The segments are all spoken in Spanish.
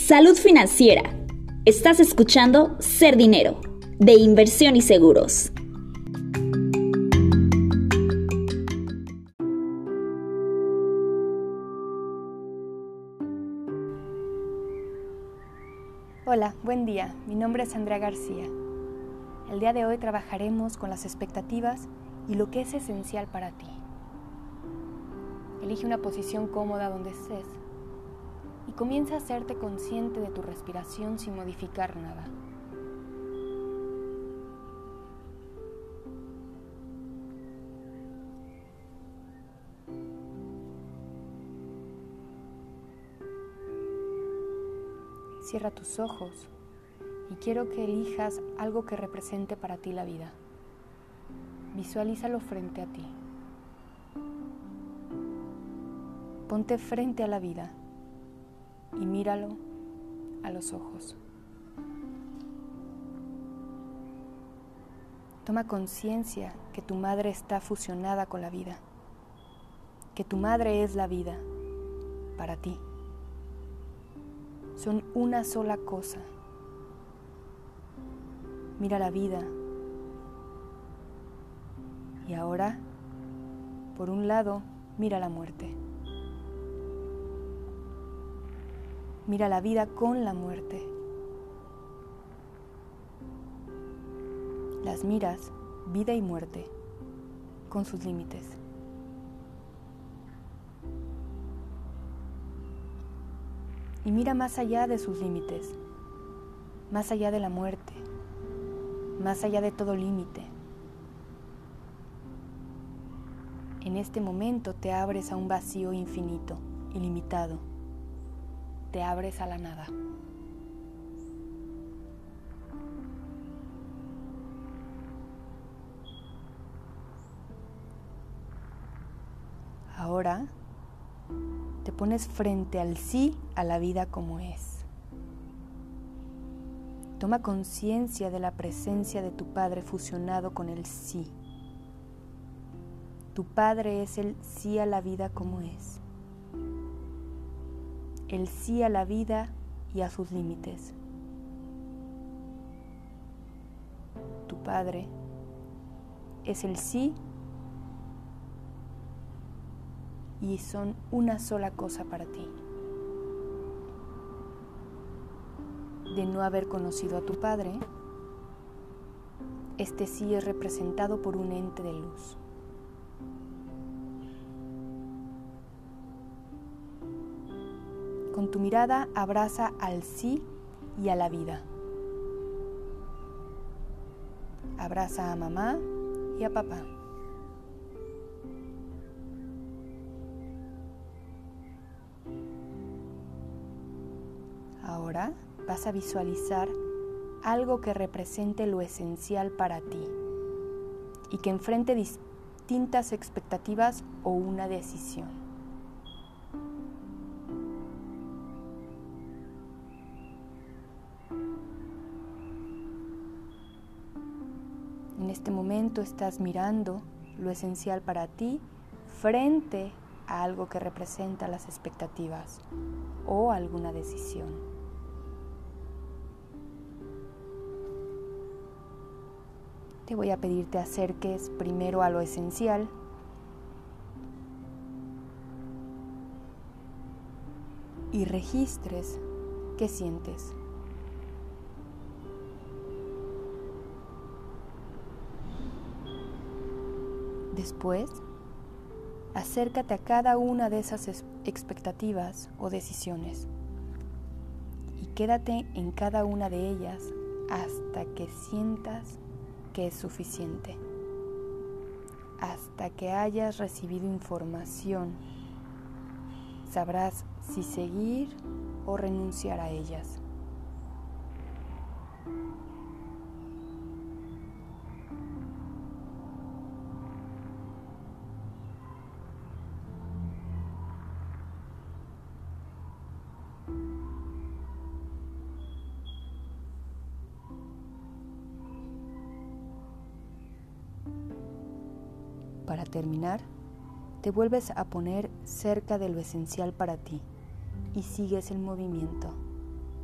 Salud financiera. Estás escuchando Ser Dinero, de Inversión y Seguros. Hola, buen día. Mi nombre es Andrea García. El día de hoy trabajaremos con las expectativas y lo que es esencial para ti. Elige una posición cómoda donde estés y comienza a hacerte consciente de tu respiración sin modificar nada. Cierra tus ojos y quiero que elijas algo que represente para ti la vida. Visualízalo frente a ti. Ponte frente a la vida y míralo a los ojos. Toma conciencia que tu madre está fusionada con la vida, que tu madre es la vida para ti. Son una sola cosa. Mira la vida. Y ahora, por un lado, mira la muerte. Mira la vida con la muerte. Las miras, vida y muerte, con sus límites. Y mira más allá de sus límites, más allá de la muerte, más allá de todo límite. En este momento te abres a un vacío infinito, ilimitado. Te abres a la nada. Ahora te pones frente al sí a la vida como es. Toma conciencia de la presencia de tu Padre fusionado con el sí. Tu Padre es el sí a la vida como es. El sí a la vida y a sus límites. Tu Padre es el sí y son una sola cosa para ti. De no haber conocido a tu Padre, este sí es representado por un ente de luz. Con tu mirada abraza al sí y a la vida. Abraza a mamá y a papá. Ahora vas a visualizar algo que represente lo esencial para ti y que enfrente distintas expectativas o una decisión. En este momento estás mirando lo esencial para ti frente a algo que representa las expectativas o alguna decisión. Te voy a pedir te acerques primero a lo esencial y registres qué sientes. Después, acércate a cada una de esas expectativas o decisiones y quédate en cada una de ellas hasta que sientas que es suficiente, hasta que hayas recibido información. Sabrás si seguir o renunciar a ellas. Para terminar, te vuelves a poner cerca de lo esencial para ti y sigues el movimiento.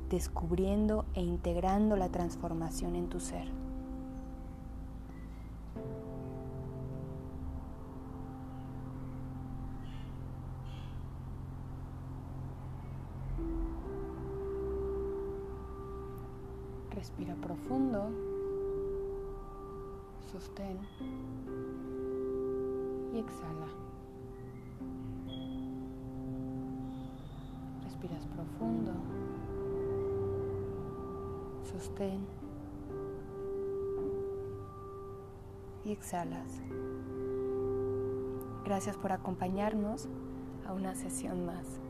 descubriendo e integrando la transformación en tu ser. Respira profundo, sostén y exhala. Respiras profundo, sostén y exhalas. Gracias por acompañarnos a una sesión más.